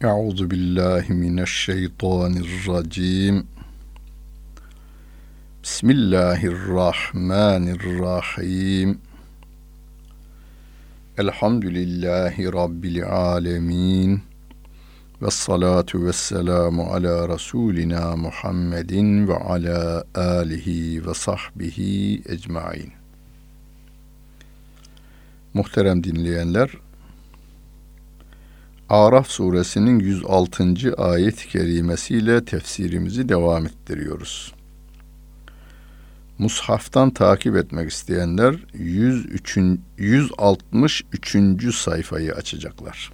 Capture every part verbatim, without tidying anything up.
Euzu billahi mineşşeytanirracim. Bismillahirrahmanirrahim. Elhamdülillahi Rabbil alemin. Vessalatu vesselamu ala Resulina Muhammedin ve ala alihi ve sahbihi ecmain. Muhterem dinleyenler, Araf suresinin yüz altıncı ayet-i kerimesiyle tefsirimizi devam ettiriyoruz. Mushaftan takip etmek isteyenler yüz üç, yüz altmış üçüncü sayfayı açacaklar.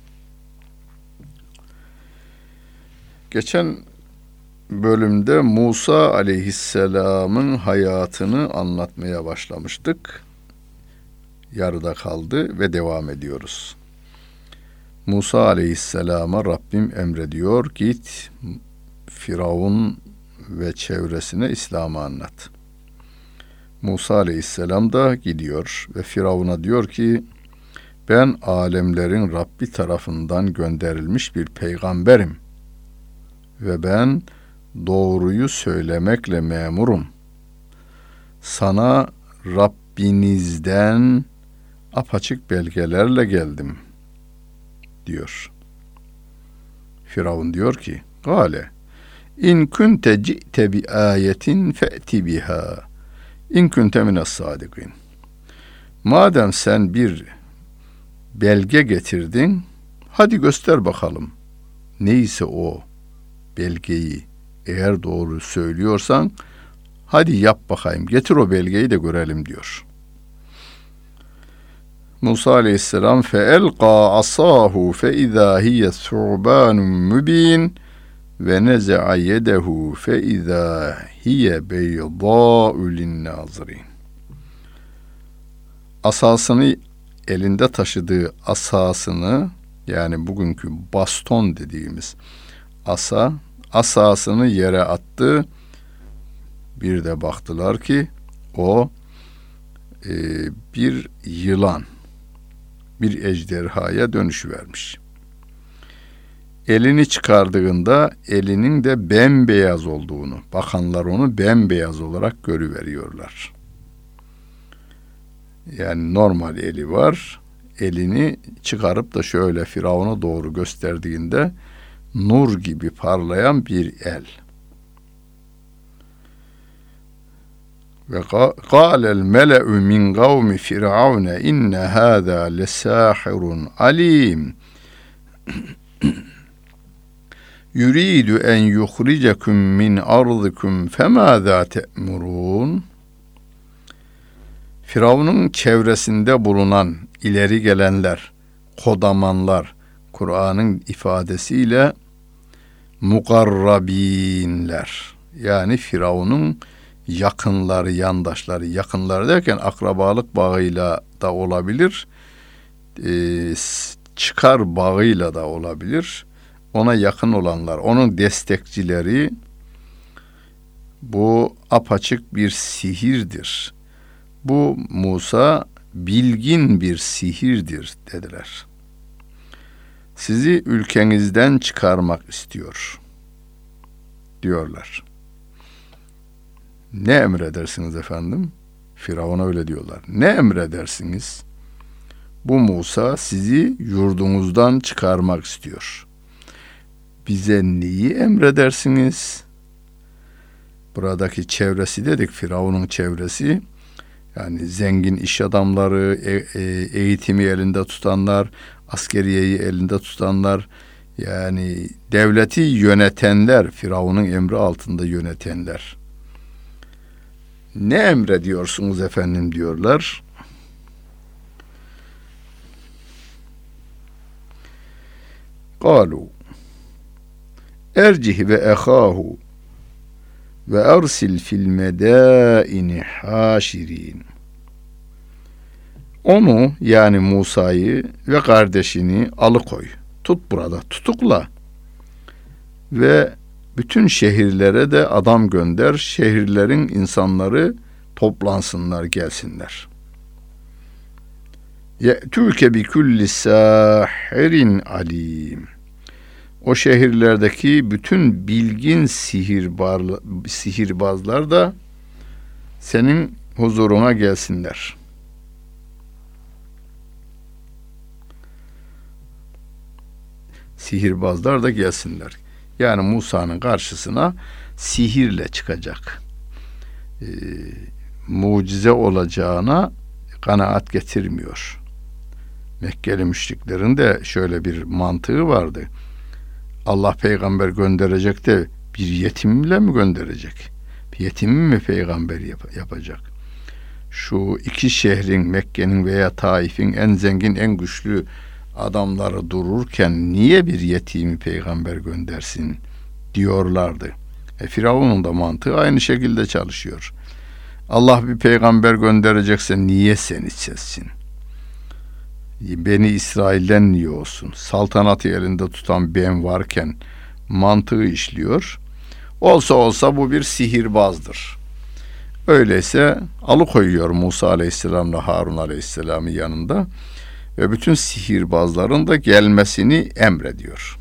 Geçen bölümde Musa aleyhisselamın hayatını anlatmaya başlamıştık. Yarıda kaldı ve devam ediyoruz. Musa aleyhisselama Rabbim emrediyor, git Firavun ve çevresine İslam'ı anlat. Musa aleyhisselam da gidiyor ve Firavun'a diyor ki, ben alemlerin Rabbi tarafından gönderilmiş bir peygamberim ve ben doğruyu söylemekle memurum. Sana Rabbinizden apaçık belgelerle geldim diyor. Firavun diyor ki, Gale, in kunte ci'te bi ayetin fe'ti biha, in kunte minas sadikin. Madem sen bir belge getirdin, hadi göster bakalım. Neyse o belgeyi, eğer doğru söylüyorsan, hadi yap bakayım, getir o belgeyi de görelim diyor. Musa aleyhisselam feelqa asahu fe izâ hiye thu'bânun mübîn ve neze'a yedehu fe izâ hiye beydâ'u linnâzirîn. Asasını, elinde taşıdığı asasını, yani bugünkü baston dediğimiz asa, asasını yere attı. Bir de baktılar ki o e, bir yılan, bir ejderhaya dönüşüvermiş. Elini çıkardığında elinin de bembeyaz olduğunu, bakanlar onu bembeyaz olarak görüveriyorlar. Yani normal eli var, elini çıkarıp da şöyle Firavun'a doğru gösterdiğinde nur gibi parlayan bir el. Ve kâlel mele'u min kavmi firavune inne hâzâ lesâhirun alîm yuridu en yukhricekum min ardikum femâzâ te'murûn. Firavun'un çevresinde bulunan ileri gelenler, kodamanlar, Kur'an'ın ifadesiyle mukarrabinler, yani Firavun'un yakınları, yandaşları, yakınları derken akrabalık bağıyla da olabilir, e, çıkar bağıyla da olabilir. Ona yakın olanlar, onun destekçileri, bu apaçık bir sihirdir. Bu Musa bilgin bir sihirdir dediler. Sizi ülkenizden çıkarmak istiyor diyorlar. Ne emredersiniz efendim? Firavun'a öyle diyorlar. Ne emredersiniz? Bu Musa sizi yurdunuzdan çıkarmak istiyor. Bize neyi emredersiniz? Buradaki çevresi dedik, Firavun'un çevresi. Yani zengin iş adamları, e- e- eğitimi elinde tutanlar, askeriyeyi elinde tutanlar, yani devleti yönetenler, Firavun'un emri altında yönetenler. Ne emrediyorsunuz efendim diyorlar. Kalu ercih ve ehahu ve ersil fil medaini haşirin. Onu, yani Musa'yı ve kardeşini alıkoy. Tut burada, tutukla. Ve bütün şehirlere de adam gönder. Şehirlerin insanları toplansınlar, gelsinler. Ye'tûke bi kulli sâhirin alîm. O şehirlerdeki bütün bilgin sihirbar, sihirbazlar da senin huzuruna gelsinler. Sihirbazlar da gelsinler. Yani Musa'nın karşısına sihirle çıkacak. Ee, mucize olacağına kanaat getirmiyor. Mekkeli müşriklerin de şöyle bir mantığı vardı. Allah peygamber gönderecek de bir yetimle mi gönderecek? Bir yetimi mi peygamber yap- yapacak? Şu iki şehrin, Mekke'nin veya Taif'in en zengin, en güçlü adamları dururken niye bir yetimi peygamber göndersin diyorlardı. E, Firavun'un da mantığı aynı şekilde çalışıyor. Allah bir peygamber gönderecekse niye seni seçsin? Beni İsrail'den niye olsun? Saltanatı elinde tutan ben varken mantığı işliyor. Olsa olsa bu bir sihirbazdır. Öyleyse alıkoyuyor Musa Aleyhisselam'la Harun Aleyhisselam'ın yanında ve bütün sihirbazların da gelmesini emrediyor.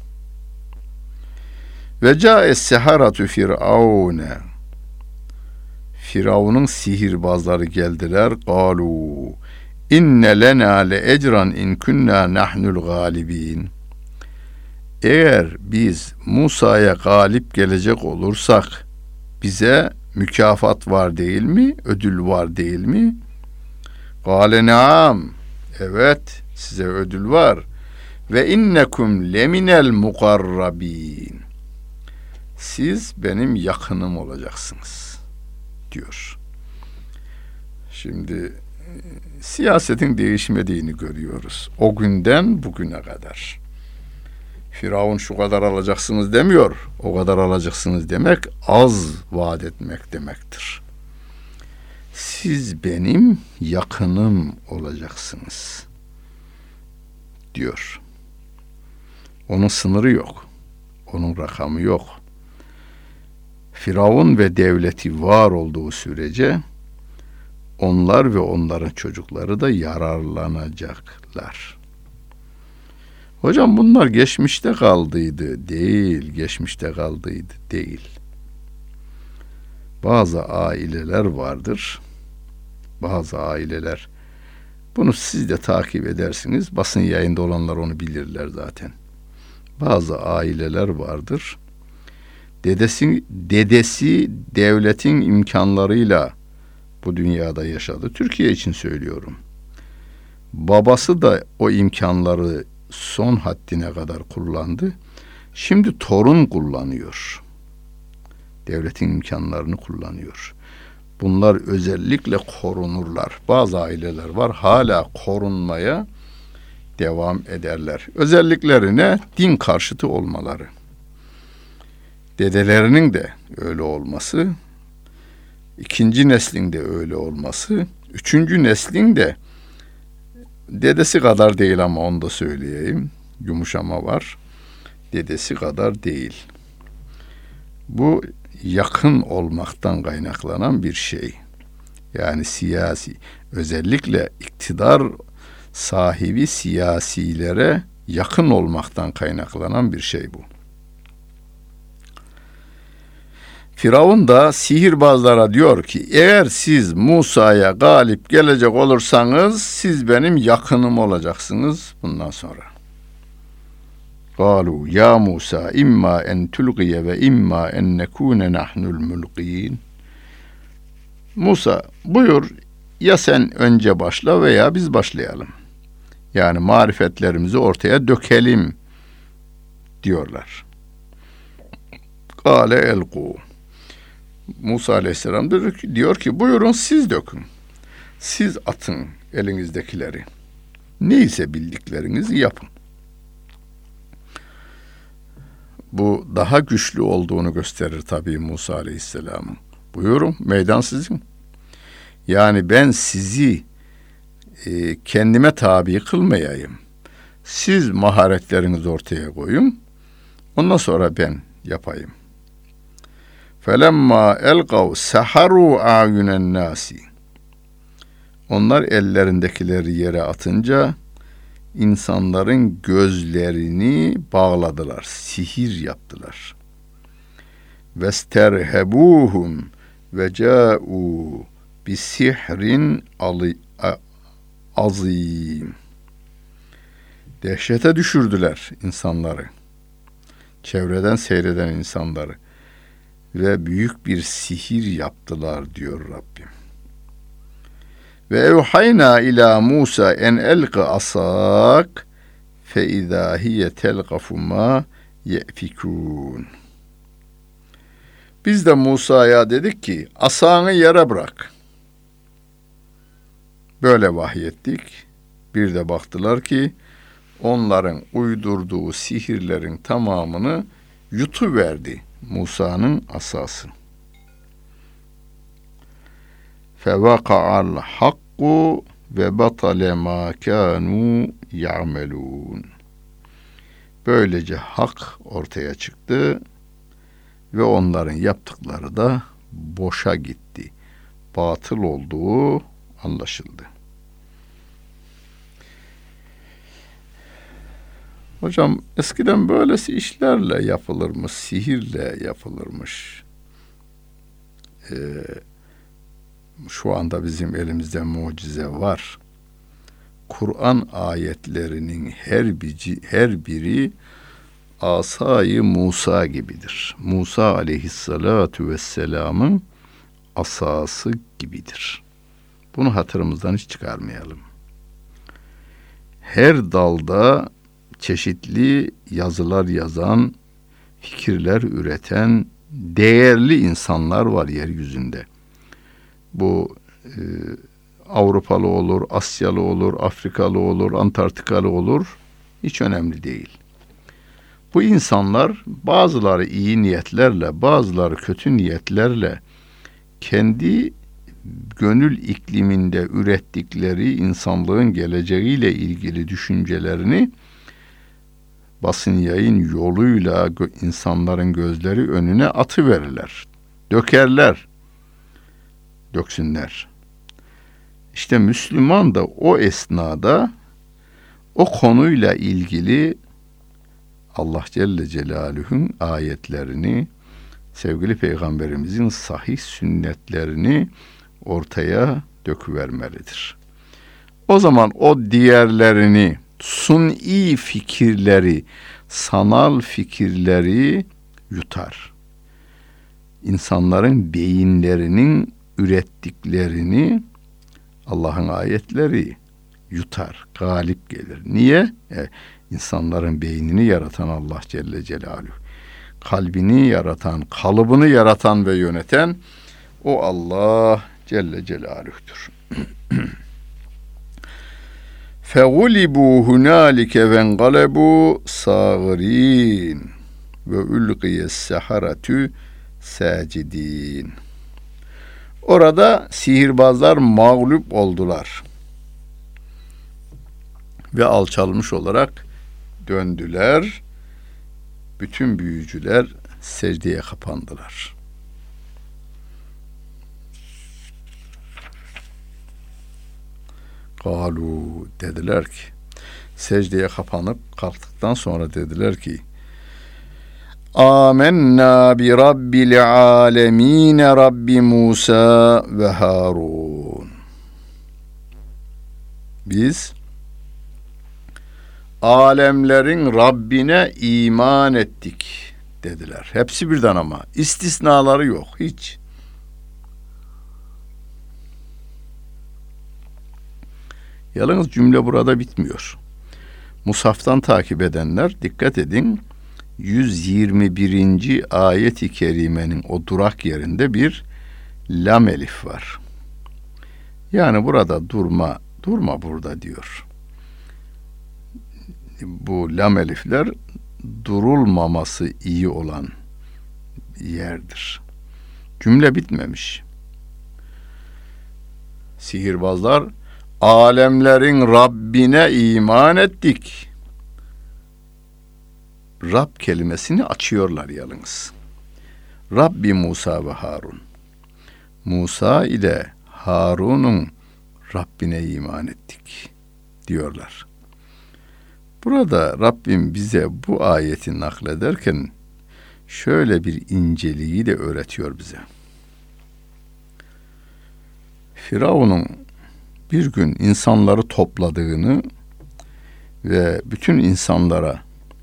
Ve câes seharatu firavune, Firavun'un sihirbazları geldiler. Galu inne lena le ecran in kunna nahnul galibin. Eğer biz Musa'ya galip gelecek olursak bize mükafat var değil mi? Ödül var değil mi? Gâle naam. Evet, size ödül var. Ve innekum leminel mukarrabin. Siz benim yakınım olacaksınız diyor. Şimdi siyasetin değişmediğini görüyoruz. O günden bugüne kadar. Firavun şu kadar alacaksınız demiyor. O kadar alacaksınız demek az vaat etmek demektir. Siz benim yakınım olacaksınız diyor. Onun sınırı yok. Onun rakamı yok. Firavun ve devleti var olduğu sürece onlar ve onların çocukları da yararlanacaklar. Hocam bunlar geçmişte kaldıydı. Değil, geçmişte kaldıydı. Değil. Bazı aileler vardır. Bazı aileler. Bunu siz de takip edersiniz. Basın yayında olanlar onu bilirler zaten. Bazı aileler vardır. Dedesi, dedesi devletin imkanlarıyla bu dünyada yaşadı. Türkiye için söylüyorum. Babası da o imkanları son haddine kadar kullandı. Şimdi torun kullanıyor. Devletin imkanlarını kullanıyor. Bunlar özellikle korunurlar. Bazı aileler var hala korunmaya devam ederler. Özelliklerine din karşıtı olmaları. Dedelerinin de öyle olması, ikinci neslin de öyle olması, üçüncü neslin de dedesi kadar değil ama onu da söyleyeyim. Yumuşama var. Dedesi kadar değil. Bu yakın olmaktan kaynaklanan bir şey. Yani siyasi, özellikle iktidar sahibi siyasilere yakın olmaktan kaynaklanan bir şey bu. Firavun da sihirbazlara diyor ki eğer siz Musa'ya galip gelecek olursanız siz benim yakınım olacaksınız bundan sonra. Galu ya Musa imma en tulqiye ve imma en nekune nahnul mulqin. Musa buyur ya sen önce başla veya biz başlayalım. Yani marifetlerimizi ortaya dökelim diyorlar. Kale elqu. Musa Aleyhisselam diyor ki buyurun siz dökün. Siz atın elinizdekileri. Neyse bildiklerinizi yapın. Bu daha güçlü olduğunu gösterir tabii Musa Aleyhisselam'ın. Buyurun meydan sizin. Yani ben sizi e, kendime tabi kılmayayım. Siz maharetlerinizi ortaya koyun. Ondan sonra ben yapayım. فَلَمَّا اَلْقَوْ سَحَرُوا اَعْيُنَ النَّاسِ. Onlar ellerindekileri yere atınca insanların gözlerini bağladılar, sihir yaptılar. Vesterhebuhum ve câ'û bisihrin azîm. Dehşete düşürdüler insanları, çevreden seyreden insanları ve büyük bir sihir yaptılar diyor Rabbim. Ve evhayna ila Musa en elqi asak fe izâ hiye telqafu mâ ye'fikûn. Biz de Musa'ya dedik ki asanı yere bırak. Böyle vahyettik. Bir de baktılar ki onların uydurduğu sihirlerin tamamını yutuverdi Musa'nın asası. Fevaka'al hakku ve batale ma kânû ya'melûn. Böylece hak ortaya çıktı ve onların yaptıkları da boşa gitti. Batıl olduğu anlaşıldı. Hocam eskiden böylesi işlerle yapılırmış, sihirle yapılırmış. Ee, şu anda bizim elimizde mucize var. Kur'an ayetlerinin her biri, her biri asayı Musa gibidir. Musa aleyhissalatu vesselamın asası gibidir. Bunu hatırımızdan hiç çıkarmayalım. Her dalda çeşitli yazılar yazan, fikirler üreten değerli insanlar var yeryüzünde. Bu e, Avrupalı olur, Asyalı olur, Afrikalı olur, Antarktikalı olur. Hiç önemli değil. Bu insanlar bazıları iyi niyetlerle, bazıları kötü niyetlerle kendi gönül ikliminde ürettikleri insanlığın geleceğiyle ilgili düşüncelerini basın yayın yoluyla gö- insanların gözleri önüne atıverirler. Dökerler. Döksünler. İşte Müslüman da o esnada o konuyla ilgili Allah Celle Celaluhu'nun ayetlerini, sevgili Peygamberimizin sahih sünnetlerini ortaya döküvermelidir. O zaman o diğerlerini, suni fikirleri, sanal fikirleri yutar. İnsanların beyinlerinin ürettiklerini Allah'ın ayetleri yutar, galip gelir. Niye? E, insanların beynini yaratan Allah Celle Celaluhu. Kalbini yaratan, kalıbını yaratan ve yöneten o Allah Celle Celaluhu'dur. فَغُلِبُوا هُنَالِكَ وَانْقَلَبُوا صَاغِرِينَ وَاُلْقِيَ السَّحَرَةُ سَاجِدِينَ. Orada sihirbazlar mağlup oldular ve alçalmış olarak döndüler. Bütün büyücüler secdeye kapandılar. Galu dediler ki, secdeye kapanıp kalktıktan sonra dediler ki, Âmennâ bi rabbil âlemîne Rabbi Musa ve Harun. Biz alemlerin Rabbine iman ettik dediler. Hepsi birden ama istisnaları yok hiç. Yalnız cümle burada bitmiyor. Musaftan takip edenler dikkat edin. yüz yirmi birinci ayet-i kerimenin o durak yerinde bir lam elif var. Yani burada durma, durma burada diyor. Bu lam elifler durulmaması iyi olan yerdir. Cümle bitmemiş. Sihirbazlar alemlerin Rabbine iman ettik. Rab kelimesini açıyorlar yalnız. Rabbi Musa ve Harun. Musa ile Harun'un Rabbine iman ettik diyorlar. Burada Rabbim bize bu ayeti naklederken şöyle bir inceliği de öğretiyor bize. Firavun'un bir gün insanları topladığını ve bütün insanlara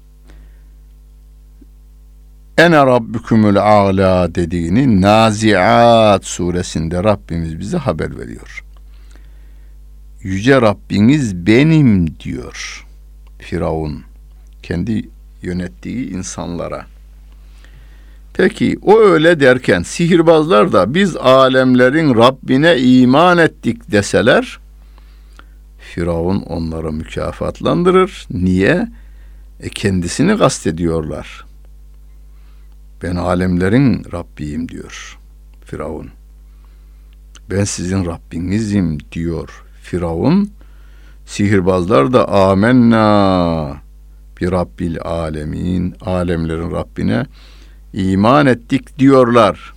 Ene Rabbükümül A'la dediğini Naziat suresinde Rabbimiz bize haber veriyor. Yüce Rabbiniz benim diyor Firavun kendi yönettiği insanlara. Peki o öyle derken sihirbazlar da biz alemlerin Rabbine iman ettik deseler Firavun onlara mükafatlandırır. Niye? E kendisini kastediyorlar. Ben alemlerin Rabbiyim diyor Firavun. Ben sizin Rabbinizim diyor Firavun. Sihirbazlar da amenna bi Rabbil alemin, alemlerin Rabbine iman ettik diyorlar.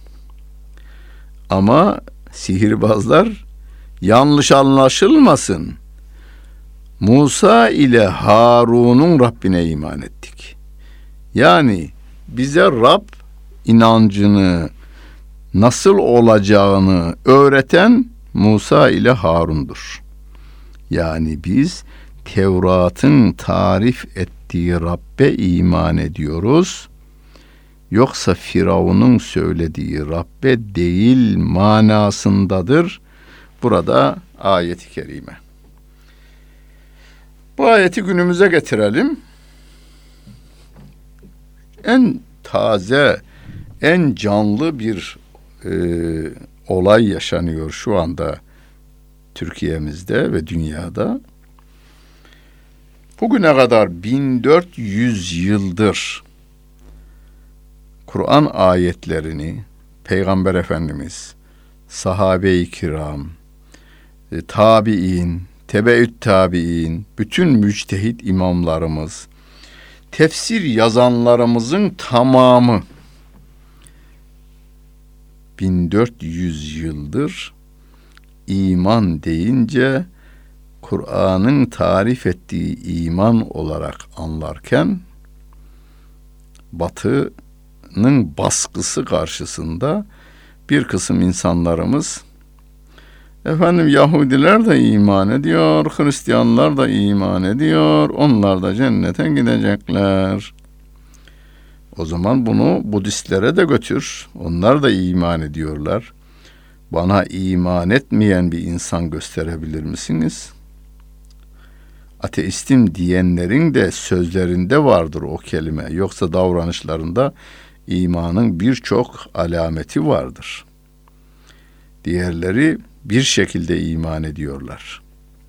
Ama sihirbazlar yanlış anlaşılmasın. Musa ile Harun'un Rabbine iman ettik. Yani bize Rab inancını nasıl olacağını öğreten Musa ile Harun'dur. Yani biz Tevrat'ın tarif ettiği Rabbe iman ediyoruz. Yoksa Firavun'un söylediği Rabbe değil manasındadır. Burada ayet-i kerime. Bu ayeti günümüze getirelim. En taze, en canlı bir e, olay yaşanıyor şu anda Türkiye'mizde ve dünyada. Bugüne kadar bin dört yüz yıldır Kur'an ayetlerini Peygamber Efendimiz, sahabe-i kiram, e, tabi'in, tebeü't tabi'in, bütün müçtehit imamlarımız, tefsir yazanlarımızın tamamı bin dört yüz yıldır iman deyince Kur'an'ın tarif ettiği iman olarak anlarken Batı'nın baskısı karşısında bir kısım insanlarımız efendim Yahudiler de iman ediyor, Hristiyanlar da iman ediyor, onlar da cennete gidecekler. O zaman bunu Budistlere de götür, onlar da iman ediyorlar. Bana iman etmeyen bir insan gösterebilir misiniz? Ateistim diyenlerin de sözlerinde vardır o kelime. Yoksa davranışlarında imanın birçok alameti vardır. Diğerleri bir şekilde iman ediyorlar.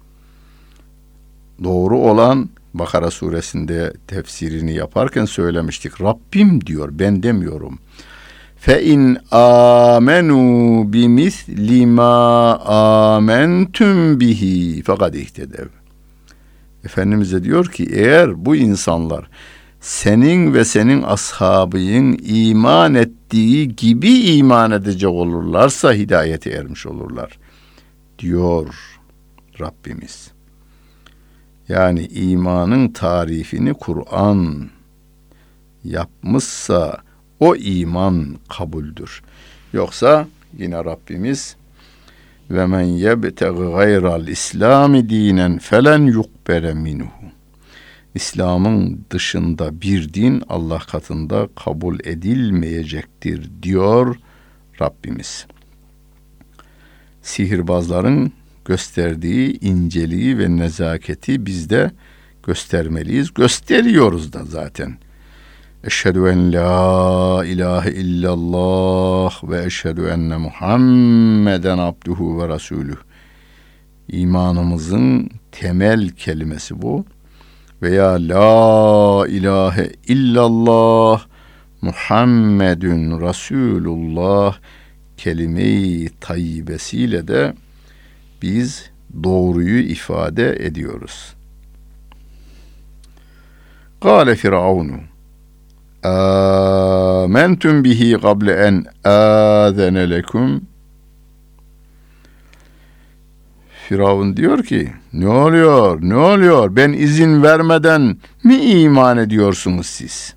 Doğru olan Bakara suresinde tefsirini yaparken söylemiştik. Rabbim diyor, ben demiyorum. Fe in amenu bimisli ma amentum bihi fekad ihtedev. Efendimiz diyor ki eğer bu insanlar senin ve senin ashabının iman ettiği gibi iman edecek olurlarsa hidayete ermiş olurlar diyor Rabbimiz. Yani imanın tarifini Kur'an yapmışsa o iman kabuldür. Yoksa yine Rabbimiz ve men yebtegi gayral İslami dinen felen yukbere minhu. İslam'ın dışında bir din Allah katında kabul edilmeyecektir diyor Rabbimiz. Sihirbazların gösterdiği inceliği ve nezaketi biz de göstermeliyiz. Gösteriyoruz da zaten. Eşhedü en la ilahe illallah ve eşhedü enne Muhammeden abduhu ve rasulüh. İmanımızın temel kelimesi bu. Veya la ilahe illallah Muhammedun Resulullah kelime-i tayyibesiyle de biz doğruyu ifade ediyoruz. Kâle Firavunu âmentum bihi gable en âzene lekum. Firavun diyor ki, ne oluyor, ne oluyor? Ben izin vermeden mi iman ediyorsunuz siz?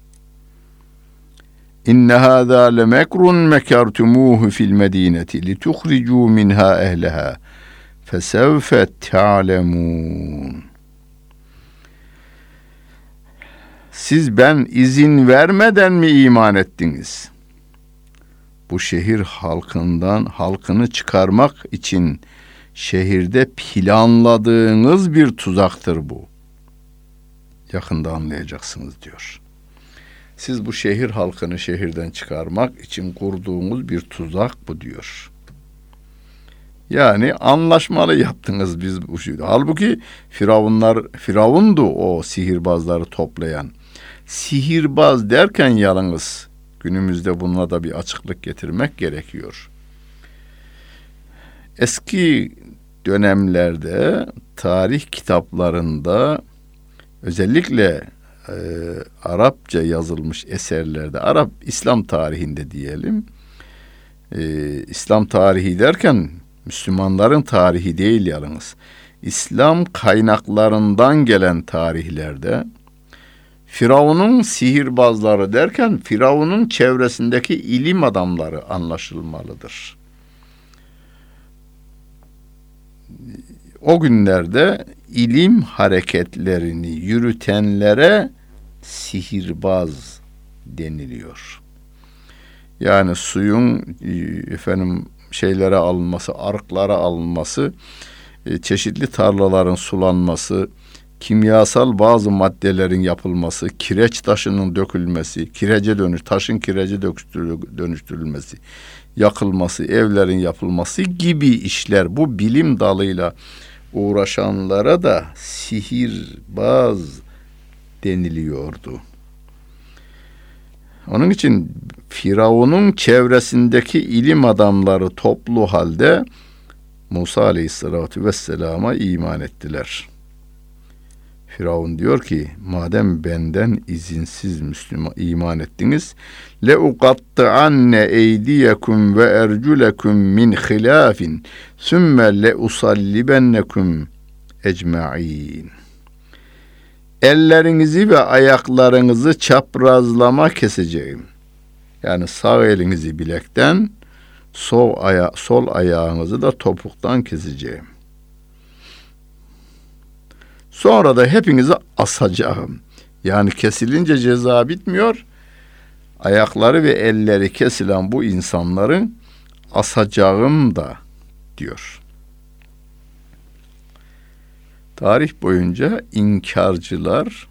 İnne hâzâ lemekrun mekartumuhu fil medîneti lituhricû minhâ ehleha fesevfe te'alemûn. Siz ben izin vermeden mi iman ettiniz? Bu şehir halkından halkını çıkarmak için şehirde planladığınız bir tuzaktır bu. Yakında anlayacaksınız diyor. Siz bu şehir halkını şehirden çıkarmak için kurduğunuz bir tuzak bu diyor. Yani anlaşmalı yaptınız biz bu şeyi. Halbuki Firavunlar, Firavundu o sihirbazları toplayan. Sihirbaz derken yalnız günümüzde bununla da bir açıklık getirmek gerekiyor. Eski dönemlerde tarih kitaplarında özellikle e, Arapça yazılmış eserlerde, Arap İslam tarihinde diyelim, e, İslam tarihi derken Müslümanların tarihi değil yalnız, İslam kaynaklarından gelen tarihlerde Firavun'un sihirbazları derken Firavun'un çevresindeki ilim adamları anlaşılmalıdır. O günlerde ilim hareketlerini yürütenlere sihirbaz deniliyor. Yani suyun efendim şeylere alınması, arıklara alınması, çeşitli tarlaların sulanması, kimyasal bazı maddelerin yapılması, kireç taşının dökülmesi, kirece dönüş, taşın kirece dönüştürülmesi, yakılması, evlerin yapılması gibi işler, bu bilim dalıyla uğraşanlara da sihirbaz deniliyordu. Onun için Firavun'un çevresindeki ilim adamları toplu halde Musa Aleyhisselatü Vesselam'a iman ettiler. Firavun diyor ki, madem benden izinsiz Müslüman iman ettiniz, le uqatta'anne eydiyekum ve erculekum min khilafin sümme le usallibennekum ecmaîn. Ellerinizi ve ayaklarınızı çaprazlama keseceğim. Yani sağ elinizi bilekten, sol, aya, sol ayağınızı da topuktan keseceğim. Sonra da hepinizi asacağım. Yani kesilince ceza bitmiyor. Ayakları ve elleri kesilen bu insanların asacağım da diyor. Tarih boyunca inkarcılar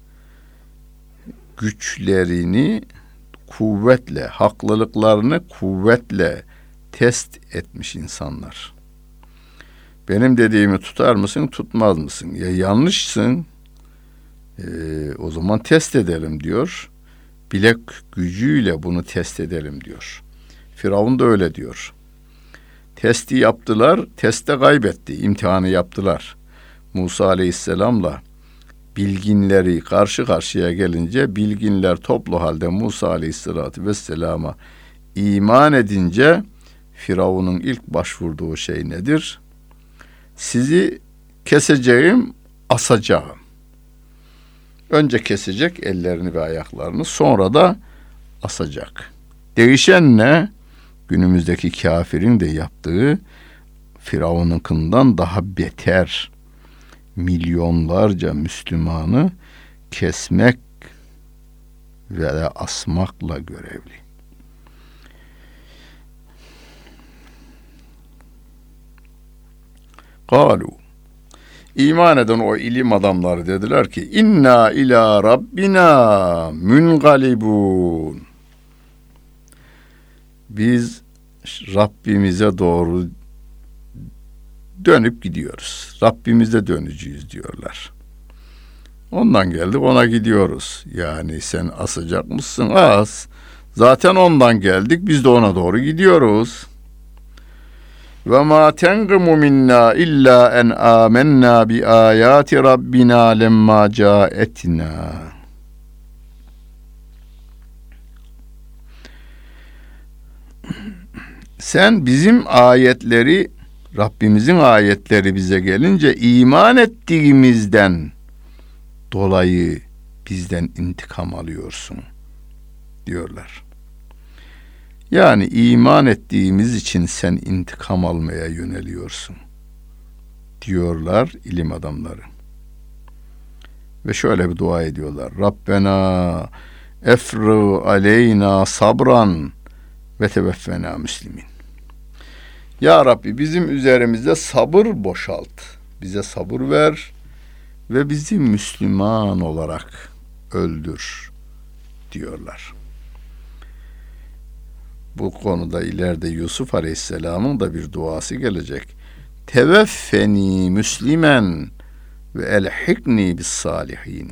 güçlerini kuvvetle, haklılıklarını kuvvetle test etmiş insanlar. Benim dediğimi tutar mısın, tutmaz mısın? Ya yanlışsın, e, o zaman test edelim diyor. Bilek gücüyle bunu test edelim diyor. Firavun da öyle diyor. Testi yaptılar, testte kaybetti, imtihanı yaptılar. Musa Aleyhisselam'la bilginleri karşı karşıya gelince, bilginler toplu halde Musa Aleyhisselatü Vesselam'a iman edince, Firavun'un ilk başvurduğu şey nedir? Sizi keseceğim, asacağım. Önce kesecek ellerini ve ayaklarını, sonra da asacak. Değişen ne? Günümüzdeki kafirin de yaptığı Firavun'unkinden daha beter, milyonlarca Müslümanı kesmek ve asmakla görevli. Kalu, iman eden o ilim adamları dediler ki, inna ila rabbina munqalibun. Biz Rabbimize doğru dönüp gidiyoruz. Rabbimize döneceğiz diyorlar. Ondan geldik, ona gidiyoruz. Yani sen asacak mısın? As. Zaten ondan geldik, biz de ona doğru gidiyoruz. Ve ma tenqimu minna illa en amennâ bi ayati rabbina lemma câetnâ. Sen bizim ayetleri Rabbimizin ayetleri bize gelince iman ettiğimizden dolayı bizden intikam alıyorsun diyorlar. Yani iman ettiğimiz için sen intikam almaya yöneliyorsun diyorlar ilim adamları. Ve şöyle bir dua ediyorlar. Rabbena efru aleyna sabran ve teveffena müslimin. Ya Rabbi bizim üzerimizde sabır boşalt. Bize sabır ver ve bizi Müslüman olarak öldür diyorlar. Bu konuda ileride Yusuf Aleyhisselam'ın da bir duası gelecek. Teveffeni müslimen ve elhikni bis salihin.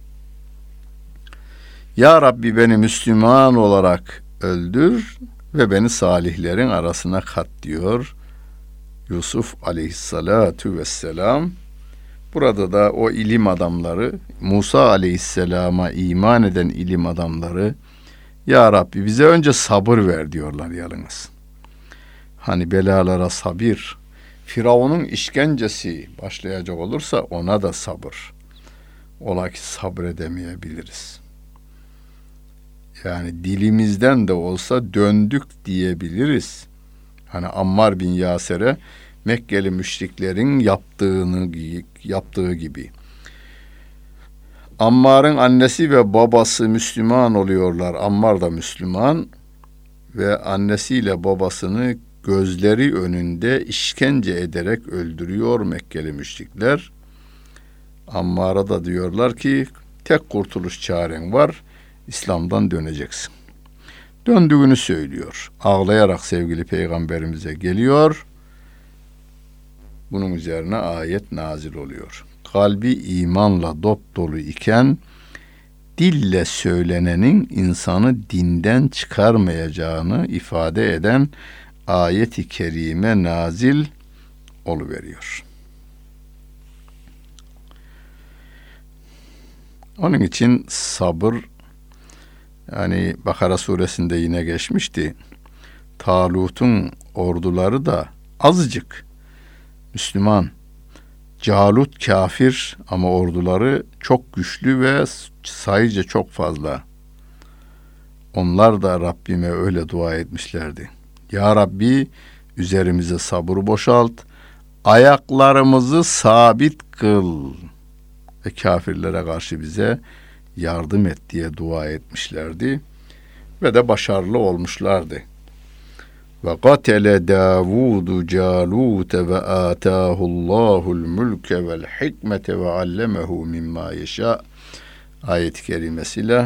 Ya Rabbi beni Müslüman olarak öldür ve beni salihlerin arasına kat diyor Yusuf Aleyhisselatu vesselam. Burada da o ilim adamları, Musa Aleyhisselam'a iman eden ilim adamları, Ya Rabbi bize önce sabır ver diyorlar yalnız. Hani belalara sabır, Firavun'un işkencesi başlayacak olursa ona da sabır. Ola ki sabredemeyebiliriz. Yani dilimizden de olsa döndük diyebiliriz. Hani Ammar bin Yasir'e Mekkeli müşriklerin yaptığını yaptığı gibi. Ammar'ın annesi ve babası Müslüman oluyorlar. Ammar da Müslüman ve annesiyle babasını gözleri önünde işkence ederek öldürüyor Mekkeli müşrikler. Ammar'a da diyorlar ki tek kurtuluş çaren var, İslam'dan döneceksin. Döndüğünü söylüyor. Ağlayarak sevgili peygamberimize geliyor. Bunun üzerine ayet nazil oluyor. Kalbi imanla dop dolu iken dille söylenenin insanı dinden çıkarmayacağını ifade eden ayet-i kerime nazil oluveriyor. Onun için sabır, yani Bakara suresinde yine geçmişti. Talut'un orduları da azıcık Müslüman. Calut kafir ama orduları çok güçlü ve sayıca çok fazla. Onlar da Rabbime öyle dua etmişlerdi. Ya Rabbi üzerimize sabır boşalt, ayaklarımızı sabit kıl ve kafirlere karşı bize yardım et diye dua etmişlerdi ve de başarılı olmuşlardı. Ve qatele Davudu Calute ve atahullahu l-mulke vel hikmete ve allemehu mimma yeşâ ayet-i kerimesiyle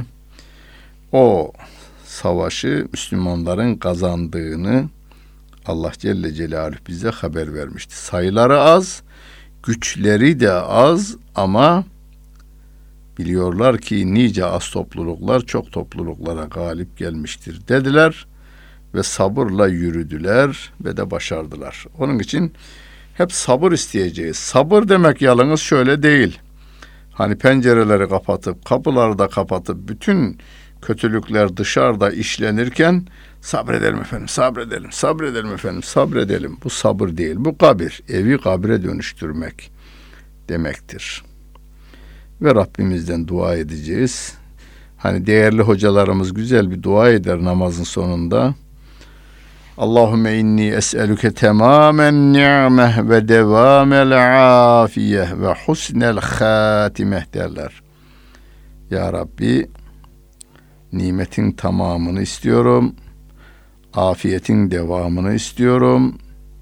o savaşı Müslümanların kazandığını Allah Celle Celaluhu bize haber vermişti. Sayıları az, güçleri de az ama biliyorlar ki nice az topluluklar çok topluluklara galip gelmiştir dediler ve sabırla yürüdüler ve de başardılar. Onun için hep sabır isteyeceğiz. Sabır demek yalnız şöyle değil. Hani pencereleri kapatıp, kapıları da kapatıp bütün kötülükler dışarıda işlenirken sabredelim efendim, sabredelim, sabredelim efendim, sabredelim. Bu sabır değil, bu kabir. Evi kabre dönüştürmek demektir. Ve Rabbimizden dua edeceğiz. Hani değerli hocalarımız güzel bir dua eder namazın sonunda. Allahümme inni es'eluke temamen ni'meh ve devamel afiyeh ve husnel hatimeh derler. Ya Rabbi nimetin tamamını istiyorum, afiyetin devamını istiyorum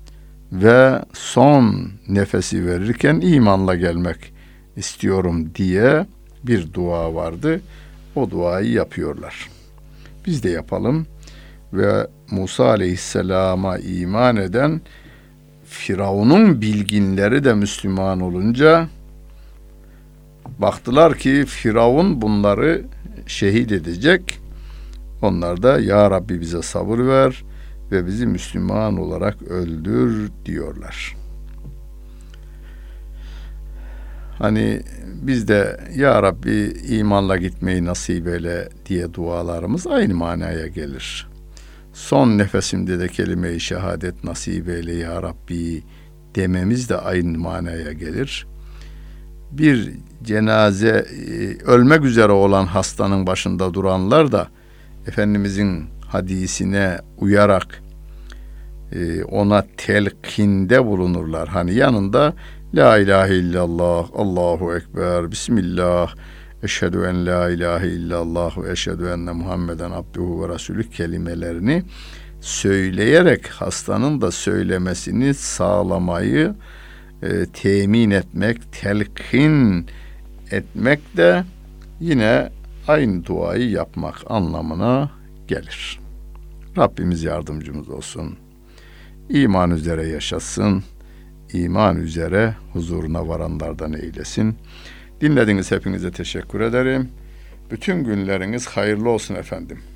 ve son nefesi verirken imanla gelmek istiyorum diye bir dua vardı. O duayı yapıyorlar. Biz de yapalım ve Musa Aleyhisselam'a iman eden Firavun'un bilginleri de Müslüman olunca baktılar ki Firavun bunları şehit edecek. Onlar da Ya Rabbi bize sabır ver ve bizi Müslüman olarak öldür diyorlar. Hani biz de Ya Rabbi imanla gitmeyi nasip eyle diye dualarımız aynı manaya gelir. Son nefesimde de kelime-i şehadet nasip eyle Ya Rabbi dememiz de aynı manaya gelir. Bir cenaze, ölmek üzere olan hastanın başında duranlar da Efendimizin hadisine uyarak ona telkinde bulunurlar. Hani yanında La ilahe illallah, Allahu Ekber, Bismillah, Eşhedü en la ilahe illallah ve eşhedü enne Muhammeden abduhu ve resulü kelimelerini söyleyerek hastanın da söylemesini sağlamayı e, temin etmek, telkin etmek de yine aynı duayı yapmak anlamına gelir. Rabbimiz yardımcımız olsun. İman üzere yaşasın. İman üzere huzuruna varanlardan eylesin. Dinlediğiniz hepinize teşekkür ederim. Bütün günleriniz hayırlı olsun efendim.